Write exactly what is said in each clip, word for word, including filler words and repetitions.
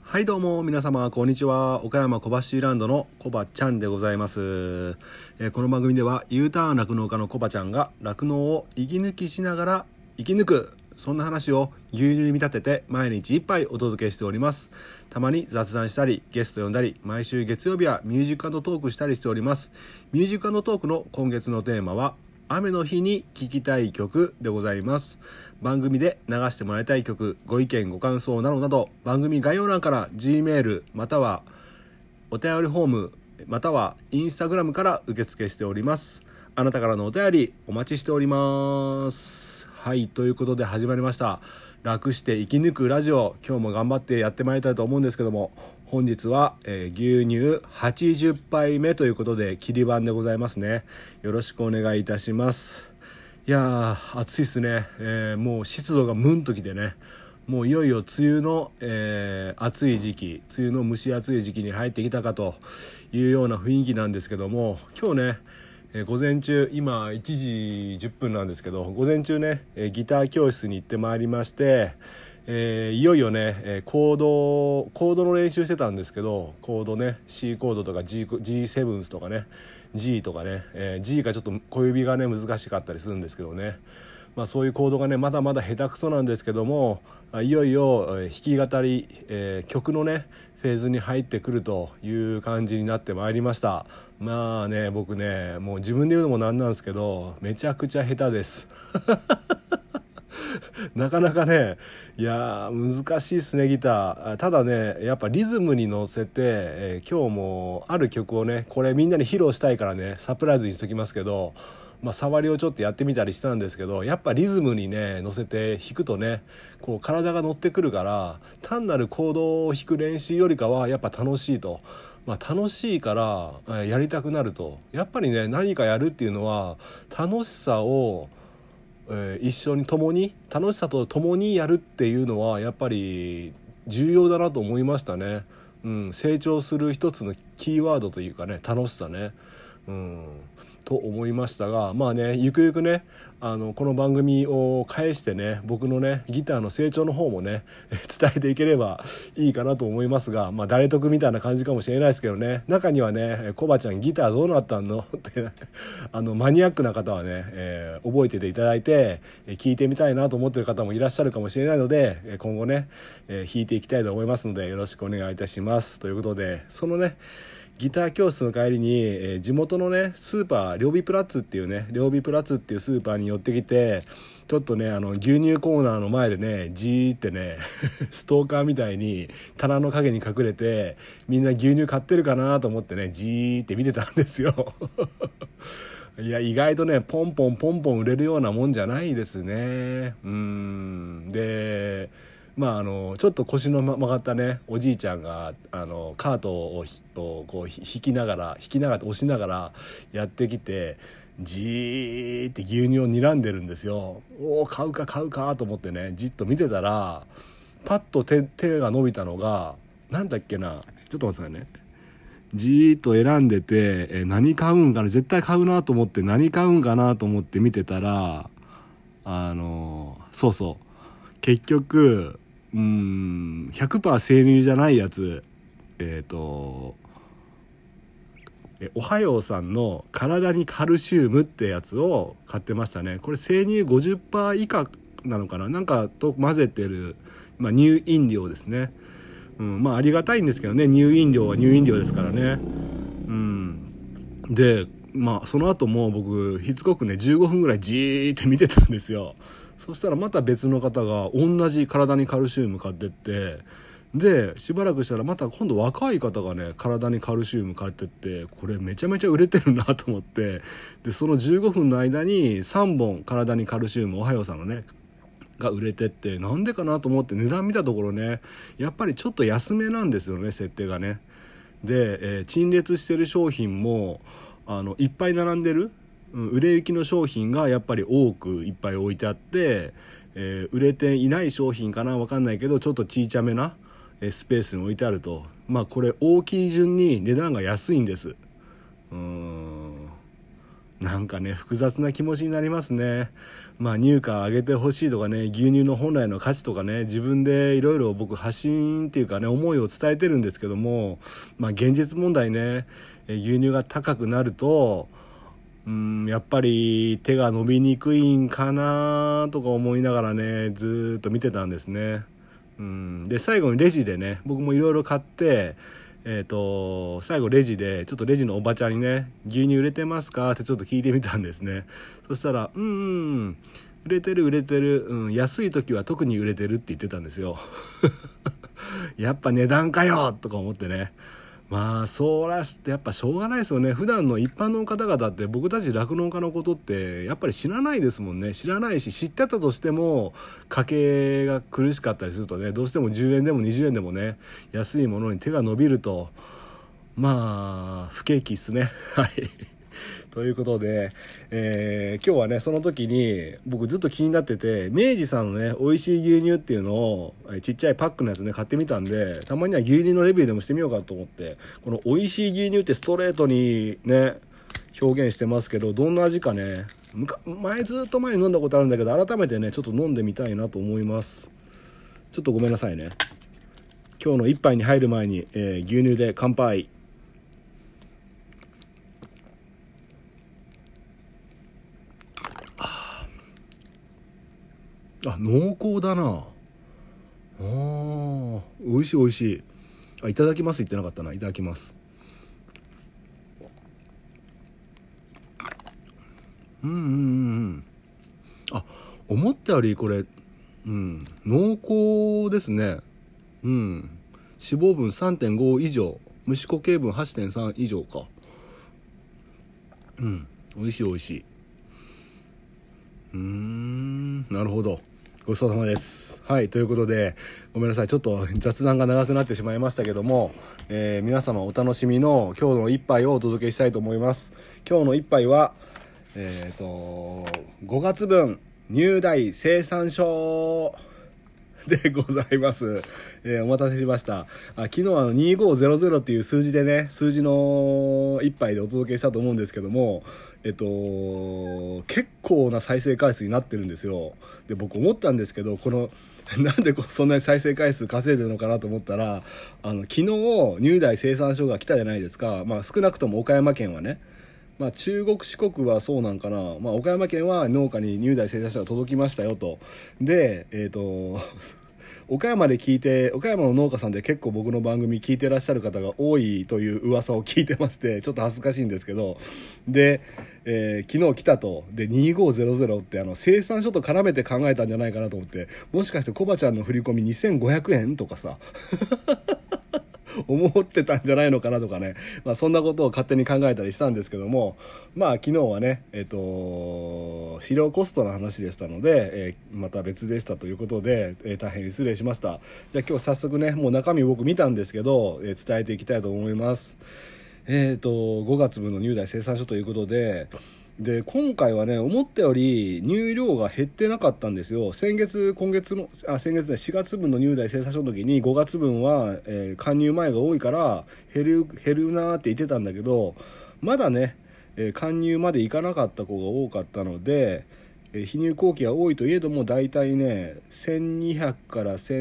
はいどうも皆様こんにちは。岡山小橋ランドのコバちゃんでございます。えー、この番組では U ターン酪農家のコバちゃんが酪農を息抜きしながら生き抜く、そんな話を牛乳に見立てて毎日一杯お届けしております。たまに雑談したりゲスト呼んだり、毎週月曜日はミュージック&トークしたりしております。ミュージック&トークの今月のテーマは雨の日に聴きたい曲でございます。番組で流してもらいたい曲、ご意見ご感想などなど、番組概要欄から G メールまたはお便りフォームまたはインスタグラムから受付しております。あなたからのお便りお待ちしております。はい、ということで始まりました楽して生き抜くラジオ。今日も頑張ってやってまいりたいと思うんですけども、本日は、えー、牛乳はちじゅっぱいめということで切り番でございますね。よろしくお願いいたします。いやー暑いですね、えー、もう湿度がムンときてね、もういよいよ梅雨の、えー、暑い時期、梅雨の蒸し暑い時期に入ってきたかというような雰囲気なんですけども、今日ね、えー、午前中、今いちじじゅっぷんなんですけど、午前中ね、えー、ギター教室に行ってまいりまして、えー、いよいよね、えー、コードコードの練習してたんですけど、コードね C コードとか G、ジーセブン とかね G とかね、えー、G がちょっと小指がね難しかったりするんですけどね、まあ、そういうコードがねまだまだ下手くそなんですけども、いよいよ弾き語り、えー、曲のねフェーズに入ってくるという感じになってまいりました。まあね、僕ねもう自分で言うのもなんなんですけど、めちゃくちゃ下手ですなかなかね、いや難しいですねギター。ただねやっぱリズムに乗せて、えー、今日もある曲をねこれみんなに披露したいからねサプライズにしときますけど、まあ、触りをちょっとやってみたりしたんですけど、やっぱリズムにね乗せて弾くとねこう体が乗ってくるから、単なるコードを弾く練習よりかはやっぱ楽しいと。まあ、楽しいからえーやりたくなると。やっぱりね何かやるっていうのは楽しさをえー一緒に共に楽しさと共にやるっていうのはやっぱり重要だなと思いましたね。うん、成長する一つのキーワードというかね、楽しさね、うん、と思いましたが、まあねゆくゆくねあのこの番組を介してね僕のねギターの成長の方もね伝えていければいいかなと思いますが、まあ誰得みたいな感じかもしれないですけどね、中にはねコバちゃんギターどうなったのってあのマニアックな方はね、えー覚えてていただいて聞いてみたいなと思っている方もいらっしゃるかもしれないので、今後ね、えー弾いていきたいと思いますのでよろしくお願いいたしますということで、そのねギター教室の帰りに、えー地元のねスーパー両備プラッツっていうね両備プラッツっていうスーパーに寄ってきて、ちょっとねあの牛乳コーナーの前でねじーってねストーカーみたいに棚の陰に隠れてみんな牛乳買ってるかなと思ってねじーって見てたんですよいや意外とねポンポンポンポン売れるようなもんじゃないですね。うーんでまあ、あのちょっと腰の曲がったねおじいちゃんがあのカートををこう引きながら引きながら押しながらやってきて、じーって牛乳を睨んでるんですよ。おお買うか買うかと思ってねじっと見てたら、パッと 手, 手が伸びたのがなんだっけな、ちょっと待ってくださいね。じーっと選んでて、え何買うんかな、絶対買うなと思って何買うんかなと思って見てたら、あのそうそう結局うーん ひゃくパーセント 生乳じゃないやつ、えっ、とえおはようさんの体にカルシウムってやつを買ってましたね。これ生乳 ごじゅっパーセント 以下なのかな、なんかと混ぜてる、まあ、乳飲料ですね。うん、まあありがたいんですけどね、乳飲料は乳飲料ですからね。うん、でまあその後も僕しつこくねじゅうごふんぐらいじーって見てたんですよ。そしたらまた別の方が同じ体にカルシウム買ってって、でしばらくしたらまた今度若い方がね体にカルシウム買ってって、これめちゃめちゃ売れてるなと思って、でそのじゅうごふんの間にさんぼん体にカルシウムおはようさんのねが売れてって、なんでかなと思って値段見たところね、やっぱりちょっと安めなんですよね設定がね。で、えー陳列してる商品もあのいっぱい並んでる、うん、売れ行きの商品がやっぱり多くいっぱい置いてあって、えー売れていない商品かな分かんないけどちょっと小さめなえースペースに置いてあると、まあこれ大きい順に値段が安いんです。うーんなんかね複雑な気持ちになりますね。まあ乳価上げてほしいとかね、牛乳の本来の価値とかね、自分でいろいろ僕発信っていうかね思いを伝えてるんですけども、まあ現実問題ね、牛乳が高くなるとうーんやっぱり手が伸びにくいんかなとか思いながらねずーっと見てたんですね。うんで最後にレジでね僕もいろいろ買って、えー、と最後レジでちょっとレジのおばちゃんにね牛乳売れてますかってちょっと聞いてみたんですね。そしたらうんうん売れてる売れてる、うん、安い時は特に売れてるって言ってたんですよやっぱ値段かよとか思ってね、まあそうらしてやっぱしょうがないですよね。普段の一般の方々って僕たち酪農家のことってやっぱり知らないですもんね。知らないし、知ってたとしても家計が苦しかったりするとね、どうしてもじゅうえんでもにじゅうえんでもね安いものに手が伸びるとまあ不景気っすねはいということで、えー今日はねその時に僕ずっと気になってて、明治さんのね美味しい牛乳っていうのをちっちゃいパックのやつね買ってみたんで、たまには牛乳のレビューでもしてみようかと思って、この美味しい牛乳ってストレートにね表現してますけど、どんな味かねむか前ずっと前に飲んだことあるんだけど改めてねちょっと飲んでみたいなと思います。ちょっとごめんなさいね。今日の一杯に入る前に、えー牛乳で乾杯。あ、濃厚だな。あー美味しい美味しい。あ、いただきます言ってなかったな。いただきます。うんうんうんうんあ、思ったよりこれうん濃厚ですね。うん脂肪分 さんてんご 以上、無脂固形分 はちてんさん 以上か。うん美味しい美味しい。うーんなるほど、ごちそうさまです。はいということでごめんなさい、ちょっと雑談が長くなってしまいましたけども、えー皆様お楽しみの今日の一杯をお届けしたいと思います。今日の一杯はえーとごがつぶん入大生産書でございます、えーお待たせしました。あ昨日あのにせんごひゃくっていう数字でね数字の一杯でお届けしたと思うんですけども、えっと結構な再生回数になってるんですよ。で僕思ったんですけど、このなんでこうそんなに再生回数稼いでるのかなと思ったら、あの昨日入大生産書が来たじゃないですか。まあ少なくとも岡山県はね、まあ、中国四国はそうなんかな、まあ、岡山県は農家に入大生産者が届きましたよと。で、えー、と岡山で聞いて、岡山の農家さんで結構僕の番組聞いてらっしゃる方が多いという噂を聞いてまして、ちょっと恥ずかしいんですけど、で、えー昨日来たと。でにせんごひゃくってあの生産書と絡めて考えたんじゃないかなと思って、もしかしてコバちゃんの振り込みにせんごひゃくえんとかさ思ってたんじゃないのかなとかね、まあ、そんなことを勝手に考えたりしたんですけども、まあ昨日はね、えっと飼料コストの話でしたので、えーまた別でしたということで、えー大変失礼しました。じゃあ今日早速ねもう中身僕見たんですけど、えー伝えていきたいと思います。えー、とごがつぶんの入大生産書ということで、で今回はね思ったより乳量が減ってなかったんですよ。先月今月のあ先月ねしがつぶんの入大生産書の時にごがつぶんは、えー貫入前が多いから減る減るなーって言ってたんだけど、まだね、えー貫入までいかなかった子が多かったので、えー泌乳後期が多いといえどもだいたいねせんにひゃくからせ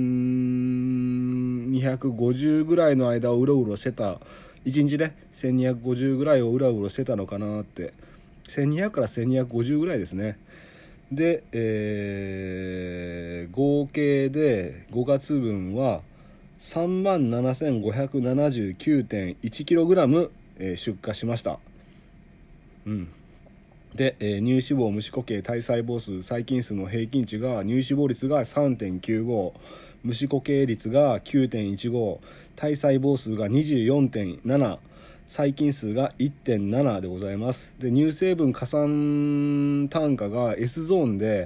んにひゃくごじゅうぐらいの間をうろうろしてた。いちにちねせんにひゃくごじゅうぐらいをうろうろしてたのかなって。せんにひゃくからせんにひゃくごじゅうぐらいですね。で、えー合計でごがつぶんは さんまんななせんごひゃくななじゅうきゅうてんいちキログラム、えー出荷しました。うんで、えー乳脂肪無脂固形体細胞数細菌数の平均値が乳脂肪率が さんてんきゅうご、無脂固形率が きゅうてんいちご、体細胞数が にじゅうよんてんなな、細菌数が いってんなな でございます。で乳成分加算単価が S ゾーンで、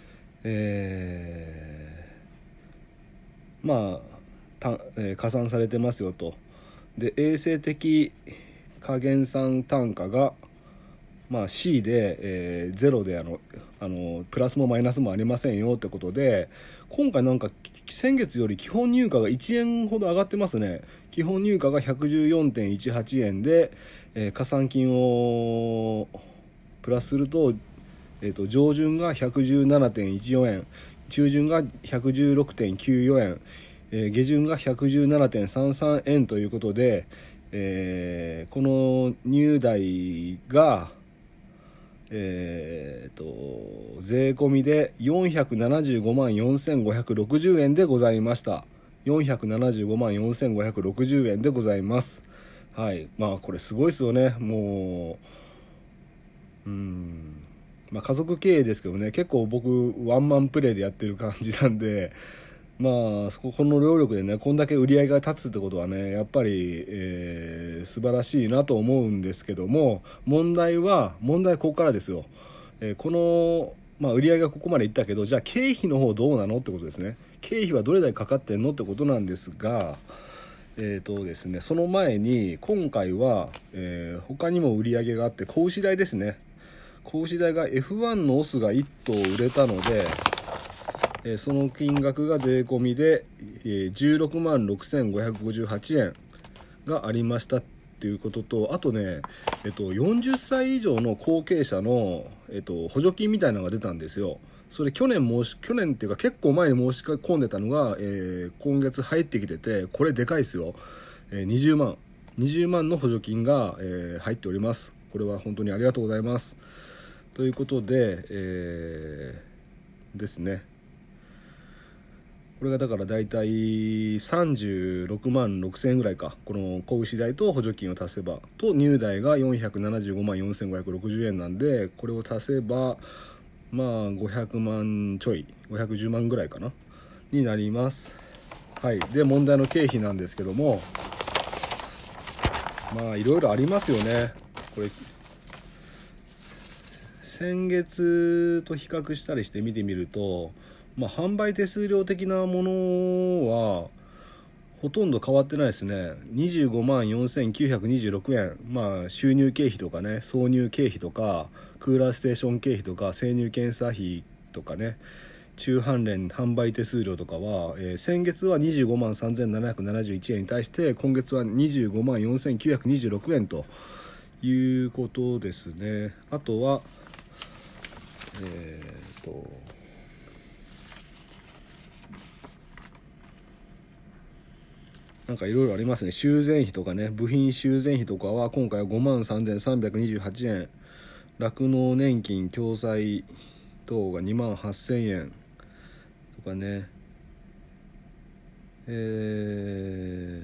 えーまあた、えー加算されてますよと。で衛生的加減算単価がまあ、C で、えー、ゼロであのあのプラスもマイナスもありませんよってことで、今回なんか先月より基本入荷がいちえんほど上がってますね。基本入荷が ひゃくじゅうよんてんいちはちえんで、えー加算金をプラスすると、えー、と上旬が ひゃくじゅうななてんいちよん 円、中旬が ひゃくじゅうろくてんきゅうよん 円、えー、下旬が ひゃくじゅうななてんさんさん 円ということで、えー、この入台が、えー、と税込みでよんひゃくななじゅうごまんよんせんごひゃくろくじゅうえんでございました。よんひゃくななじゅうごまんよんせんごひゃくろくじゅうえんでございます。はい、まあこれすごいですよね。もう、うーん、まあ、家族経営ですけどね、結構僕ワンマンプレーでやってる感じなんで、まあそここの労力でねこんだけ売り上げが立つってことはね、やっぱり、えー、素晴らしいなと思うんですけども、問題は問題はここからですよ。えー、この、まあ、売り上げがここまでいったけど、じゃあ経費の方どうなのってことですね。経費はどれだけかかってんのってことなんですが、えーとですね、その前に今回は、えー、他にも売り上げがあって、子牛代ですね。子牛代が エフワン のオスがいっ頭売れたので、えー、その金額が税込みで、えー、じゅうろくまんろくせんごひゃくごじゅうはちえんがありましたっていうことと、あとね、えっと、よんじゅっさい以上の後継者の、えっと、補助金みたいなのが出たんですよ。それ去年申し去年っていうか結構前に申し込んでたのが、えー、今月入ってきてて、これでかいですよ。えー、にじゅうまんにじゅうまんの補助金が、えー、入っております。これは本当にありがとうございます。ということで、えー、ですね。これがだからだいたいさんじゅうろくまんろくせんえんぐらいか、この子牛代と補助金を足せば、と入代がよんひゃくななじゅうごまんよんせんごひゃくろくじゅうえんなんで、これを足せばまあごひゃくまんちょい、ごひゃくじゅうまんぐらいかなになります。はい。で問題の経費なんですけども、まあいろいろありますよね。これ先月と比較したりして見てみると、まあ、販売手数料的なものはほとんど変わってないですね。にじゅうごまんよんせんきゅうひゃくにじゅうろくえん、まあ収入経費とかね、挿入経費とかクーラーステーション経費とか生乳検査費とかね、中販連販売手数料とかは、えー、先月はにじゅうごまんさんぜんななひゃくななじゅういちえんに対して、今月はにじゅうごまんよんせんきゅうひゃくにじゅうろくえんということですね。あとはえーとなんかいろいろありますね。修繕費とかね、部品修繕費とかは今回はごまんさんぜんさんびゃくにじゅうはちえん、酪農年金共済等がにまんはっせんえんとかね、え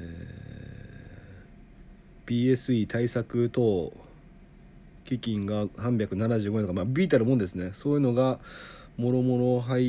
ー、ビーエスイー 対策等基金がさんびゃくななじゅうごえんとか、まあビータるもんですね。そういうのがもろもろ入って、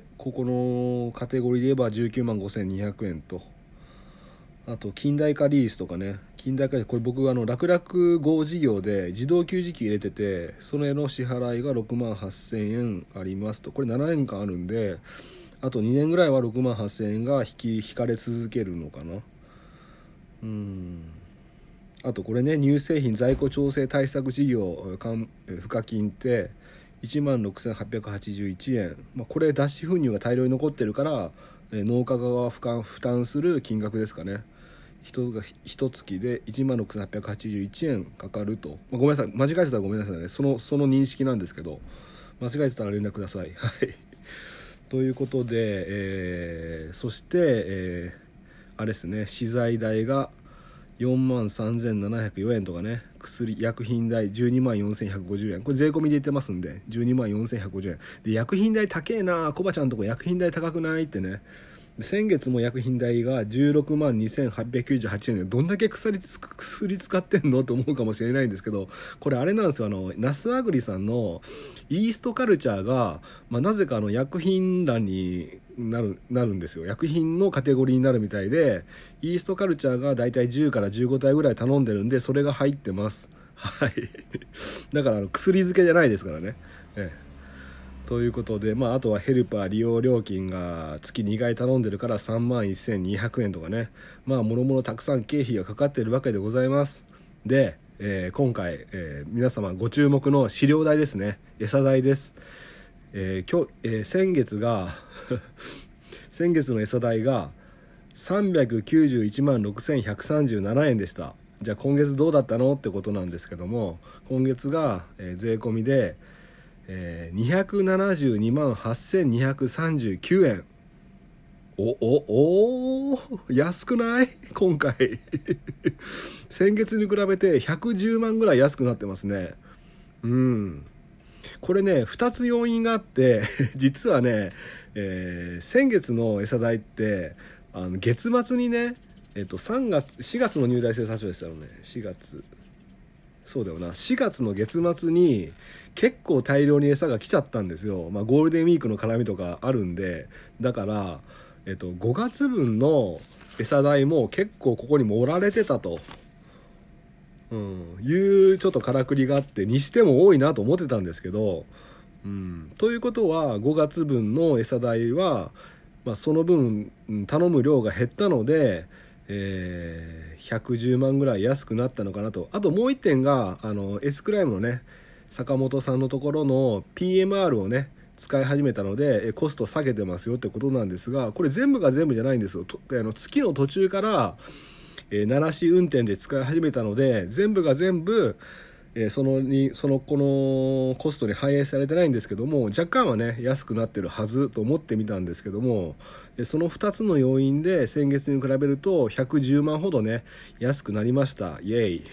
ここのカテゴリーで言えばじゅうきゅうまんごせんにひゃくえんと、あと近代化リースとかね、近代化、これ僕あの楽々号事業で自動給餌器入れてて、それの支払いがろくまんはっせんえんありますと。これななねんかんあるんで、あとにねんぐらいはろくまんはっせんえんが引き引かれ続けるのかな。うーんあとこれね、乳製品在庫調整対策事業賦課金っていちまんろくせんはっぴゃくはちじゅういちえん、まあ、これ脱脂粉乳が大量に残ってるから農家側は負担負担する金額ですかね。人が一月でいちまんろくせんはっぴゃくはちじゅういちえんかかると、まあ、ごめんなさい、間違えてたらごめんなさいね。そのその認識なんですけど、間違えてたら連絡ください。はいということで、えー、そして、えー、あれですね、資材代がよんまんさんぜんななひゃくよんえんとかね、薬薬品代じゅうにまんよんせんひゃくごじゅうえん、これ税込みで言ってますんでじゅうにまんよんせんひゃくごじゅうえんで、薬品代高えな、コバちゃんとこ薬品代高くないってね。先月も薬品代がじゅうろくまんにせんはっぴゃくきゅうじゅうはちえんで、どんだけ薬薬使ってんのと思うかもしれないんですけど、これあれなんですよ、あのナスアグリさんのイーストカルチャーが、まあ、なぜかあの薬品欄になるなるんですよ。薬品のカテゴリーになるみたいで、イーストカルチャーがだいたいじゅうからじゅうごたいぐらい頼んでるんで、それが入ってます。はいだからあの薬漬けじゃないですからね。ええということで、まあ、あとはヘルパー利用料金が月にかい頼んでるからさんまんせんにひゃくえんとかね、まあもろもろたくさん経費がかかっているわけでございます。で、えー、今回、えー、皆様ご注目の飼料代ですね、餌代です。えー今日えー、先月が先月の餌代がさんびゃくきゅうじゅういちまんろくせんひゃくさんじゅうななえんでした。 じゃあ今月どうだったのってことなんですけども、今月が、えー、税込みで、えー、にひゃくななじゅうにまんはっせんにひゃくさんじゅうきゅうえん。おおおー安くない？今回先月に比べてひゃくじゅうまんぐらい安くなってますね。うん、これねふたつ要因があって実はね、えー先月の餌代ってあの月末にね、えっと、さんがつしがつの入代生産書でしたよね。しがつ、そうだよな、しがつの月末に結構大量に餌が来ちゃったんですよ。まあ、ゴールデンウィークの絡みとかあるんで、だから、えっと、ごがつぶんの餌代も結構ここに盛られてたと、うん、いうちょっとからくりがあって、にしても多いなと思ってたんですけど、うん、ということはごがつぶんの餌代は、まあ、その分頼む量が減ったので、えーひゃくじゅうまんぐらい安くなったのかなと。あともう一点があの S クライムのね坂本さんのところの ピーエムアール をね使い始めたのでコスト下げてますよってことなんですが、これ全部が全部じゃないんですよ。とあの月の途中からえー、慣らし運転で使い始めたので、全部が全部、えー、そのにそのこのコストに反映されてないんですけども、若干はね安くなってるはずと思ってみたんですけども、そのふたつの要因で先月に比べるとひゃくじゅうまんほどね安くなりました。イエイ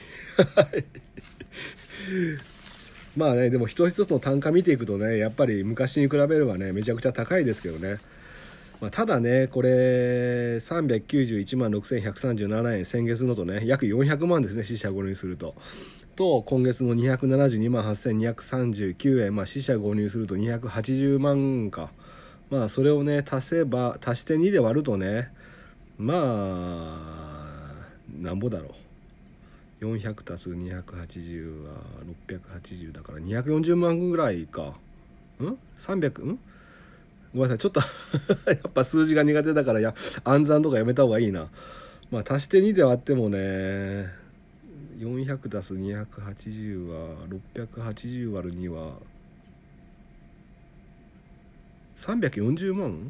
まあね、でも一つ一つの単価見ていくとね、やっぱり昔に比べればねめちゃくちゃ高いですけどね。まあ、ただねこれさんびゃくきゅうじゅういちまんろくせんひゃくさんじゅうななえん、先月のとね約よんひゃくまんですね、四捨五入すると。と今月のにひゃくななじゅうにまんはっせんにひゃくさんじゅうきゅうえん、まあ四捨五入するとにひゃくはちじゅうまんか。まあそれをね足せば、足してにで割るとね、まあなんぼだろう、よんひゃく足すにひゃくはちじゅうはろっぴゃくはちじゅうだからにひゃくよんじゅうまんぐらいか。んさんびゃくんごめんなさい、ちょっとやっぱ数字が苦手だから、や暗算とかやめた方がいいな。まあ足してにで割ってもね、よんひゃく足すにひゃくはちじゅうはろっぴゃくはちじゅう割るにはさんびゃくよんじゅうまん ?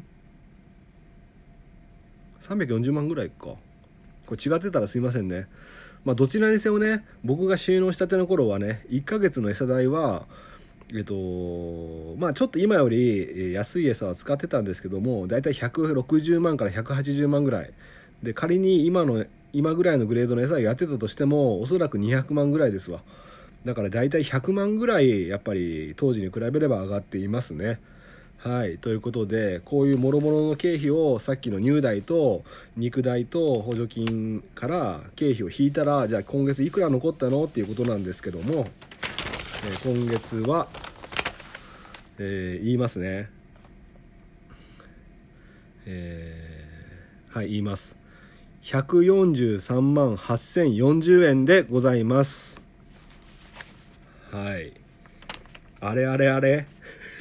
さんびゃくよんじゅう 万ぐらいか。これ違ってたらすいませんね。まあどちらにせよね、僕が収納したての頃はね、いっかげつの餌代はえっとまあちょっと今より安い餌は使ってたんですけども、だいたいひゃくろくじゅうまんからひゃくはちじゅうまんぐらいで、仮に今の今ぐらいのグレードの餌をやってたとしてもおそらくにひゃくまんぐらいですわ。だからだいたいひゃくまんぐらいやっぱり当時に比べれば上がっていますね。はい、ということでこういう諸々の経費をさっきの入代と肉代と補助金から経費を引いたら、じゃあ今月いくら残ったのっていうことなんですけども、えー、今月は、えー、言いますね、えー、はい言います。ひゃくよんじゅうさんまんはっせんよんじゅうえんでございます。はい、あれあれあれ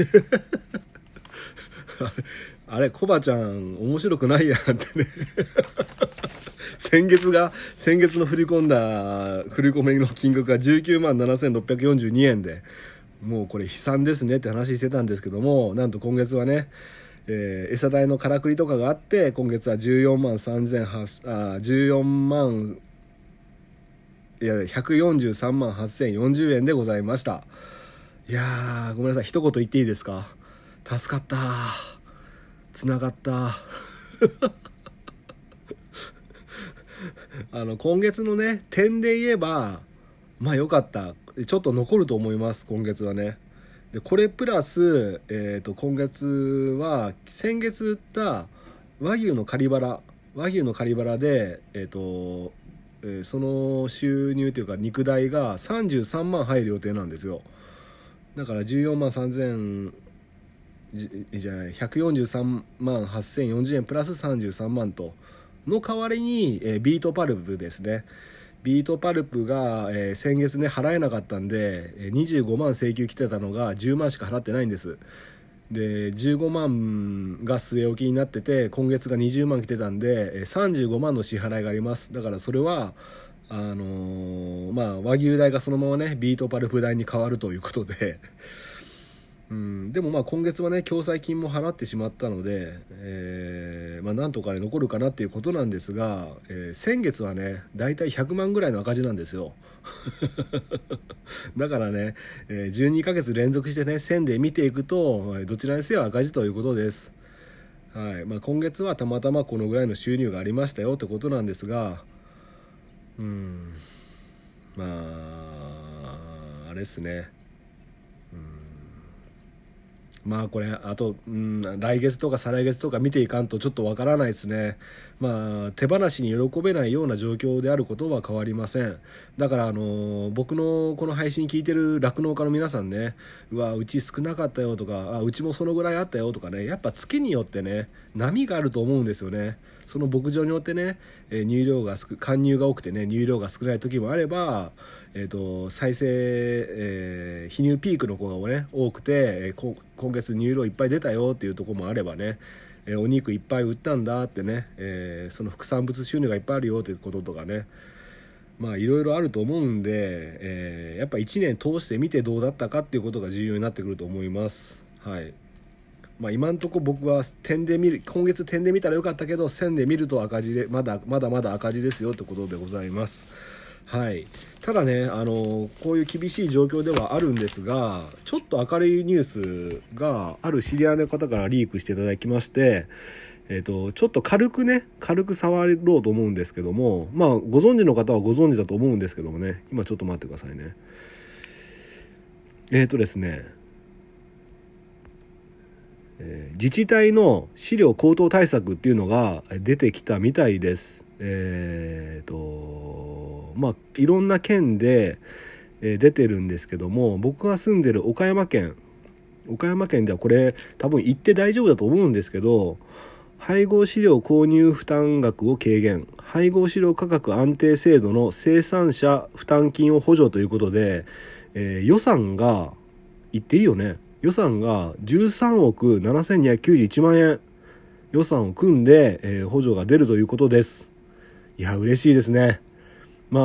あれコバちゃん面白くないやんってね先月が先月の振り込んだ振り込みの金額がじゅうきゅうまんななせんろっぴゃくよんじゅうにえんで、もうこれ悲惨ですねって話してたんですけども、なんと今月はね、えー、餌代のからくりとかがあって今月はじゅうよんまんさんぜんはっせんあじゅうよんまんいやひゃくよんじゅうさんまんはっせんよんじゅうえんでございました。いやーごめんなさい、一言言っていいですか。助かった、つながったあの今月のね点で言えばまあ良かった、ちょっと残ると思います今月はね。でこれプラス、えー、と今月は先月売った和牛の仮腹和牛の仮腹で、えーとえー、その収入というか肉代がさんじゅうさんまん入る予定なんですよ。だからじゅうよんまんさんぜんじゃないひゃくよんじゅうさんまんはっせんよんじゅうえんプラスさんじゅうさんまんとの代わりに、えー、ビートパルプですね。ビートパルプが、えー、先月ね払えなかったんで、えー、にじゅうごまん請求来てたのがじゅうまんしか払ってないんです。でじゅうごまんが据え置きになってて今月がにじゅうまん来てたんで、えー、さんじゅうごまんの支払いがあります。だからそれはあのー、まあ和牛代がそのままねビートパルプ代に変わるということでうん、でもまあ今月はね共済金も払ってしまったので、えーまあ、なんとかね残るかなっていうことなんですが、えー先月はねだいたいひゃくまんぐらいの赤字なんですよだからね、えーじゅうにかげつ連続してね線で見ていくとどちらにせよ赤字ということです。はいまあ、今月はたまたまこのぐらいの収入がありましたよってことなんですが、うんまああれですね、まあこれあと、うん、来月とか再来月とか見ていかんとちょっとわからないですね。まあ手放しに喜べないような状況であることは変わりません。だからあの僕のこの配信聞いてる酪農家の皆さんね、うわうち少なかったよとか、あうちもそのぐらいあったよとかね、やっぱ月によってね波があると思うんですよね。その牧場によってね、えー乳量が少貫入が多くてね乳量が少ない時もあれば、えー、と再生、えー、肥乳ピークの子がね多くて、えーこ今月乳量いっぱい出たよっていうところもあればね、えーお肉いっぱい売ったんだってね、えーその副産物収入がいっぱいあるよっていうこととかね、まあいろいろあると思うんで、えーやっぱいちねん通して見てどうだったかっていうことが重要になってくると思います。はいまあ、今んとこ僕は点で見る今月点で見たらよかったけど線で見ると赤字でまだまだまだ赤字ですよってことでございます。はい、ただねあのこういう厳しい状況ではあるんですが、ちょっと明るいニュースがある知り合いの方からリークしていただきまして、えー、とちょっと軽くね軽く触ろうと思うんですけども、まあご存知の方はご存知だと思うんですけどもね、今ちょっと待ってくださいね。えっ、ー、とですね自治体の飼料高騰対策っていうのが出てきたみたいです。えーとまあいろんな県で出てるんですけども、僕が住んでる岡山県岡山県ではこれ多分言って大丈夫だと思うんですけど、配合飼料購入負担額を軽減、配合飼料価格安定制度の生産者負担金を補助ということで、えー、予算が言っていいよね予算がじゅうさんおくななせんにひゃくきゅうじゅういちまんえん予算を組んで、えー、補助が出るということです。いや嬉しいですね。ま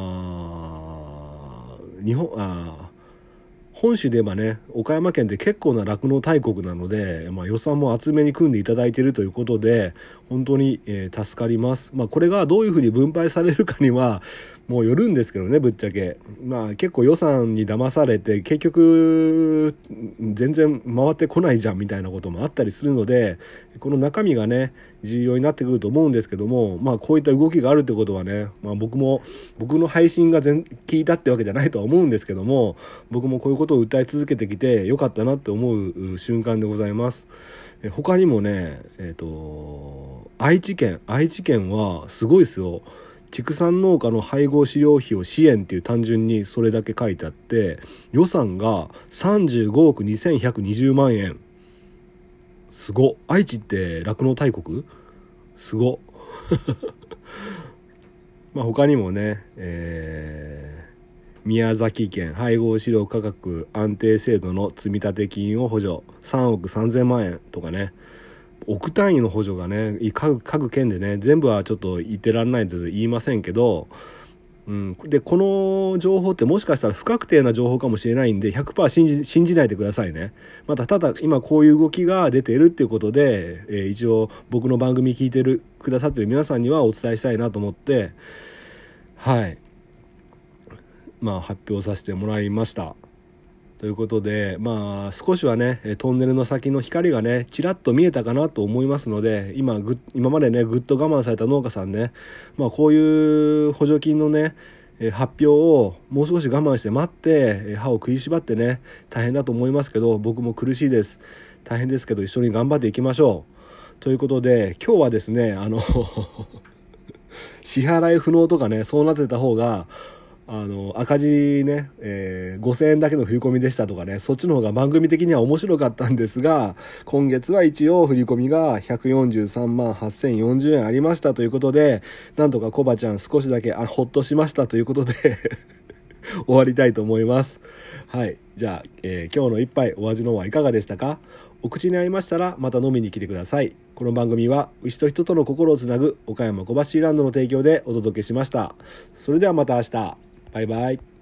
あ日本あ本州で言えばね岡山県って結構な酪農大国なので、まあ、予算も厚めに組んでいただいているということで本当に、えー、助かります。まあ、これがどういうふうに分配されるかにはもうよるんですけどね、ぶっちゃけ、まあ、結構予算に騙されて結局全然回ってこないじゃんみたいなこともあったりするので、この中身がね重要になってくると思うんですけども、まあ、こういった動きがあるってことはね、まあ、僕も僕の配信が全聞いたってわけじゃないとは思うんですけども、僕もこういうことを訴え続けてきてよかったなって思う瞬間でございます。他にもね、えーと、愛知県愛知県はすごいですよ。畜産農家の配合飼料費を支援っていう単純にそれだけ書いてあって、予算がさんじゅうごおくにせんひゃくにじゅうまんえん。すご。愛知って酪農大国？すご。まあ他にもね、えー、宮崎県配合飼料価格安定制度の積立金を補助さんおくさんぜんまんえんとかね、億単位の補助がね 各, 各県でね全部はちょっと言ってらんないと言いませんけど、うん、でこの情報ってもしかしたら不確定な情報かもしれないんで ひゃくパーセント 信じ、信じないでくださいね。またただ今こういう動きが出ているっていうことで、えー、一応僕の番組聞いてるくださってる皆さんにはお伝えしたいなと思ってはいまあ発表させてもらいました。ということで、まあ少しはねトンネルの先の光がねちらっと見えたかなと思いますので、今ぐ今までねぐっと我慢された農家さんね、まあこういう補助金のね発表をもう少し我慢して待って歯を食いしばってね大変だと思いますけど、僕も苦しいです、大変ですけど一緒に頑張っていきましょうということで、今日はですねあの支払い不能とかねそうなってた方があの赤字ね、えー、ごせんえんだけの振り込みでしたとかね、そっちの方が番組的には面白かったんですが、今月は一応振り込みがひゃくよんじゅうさんまんはっせんよんじゅうえんありましたということで、なんとかコバちゃん少しだけあほっとしましたということで終わりたいと思います。はい、じゃあ、えー、今日の一杯お味のはいかがでしたか？お口に合いましたらまた飲みに来てください。この番組は牛と人との心をつなぐ岡山小橋ランドの提供でお届けしました。それではまた明日。バイバイ。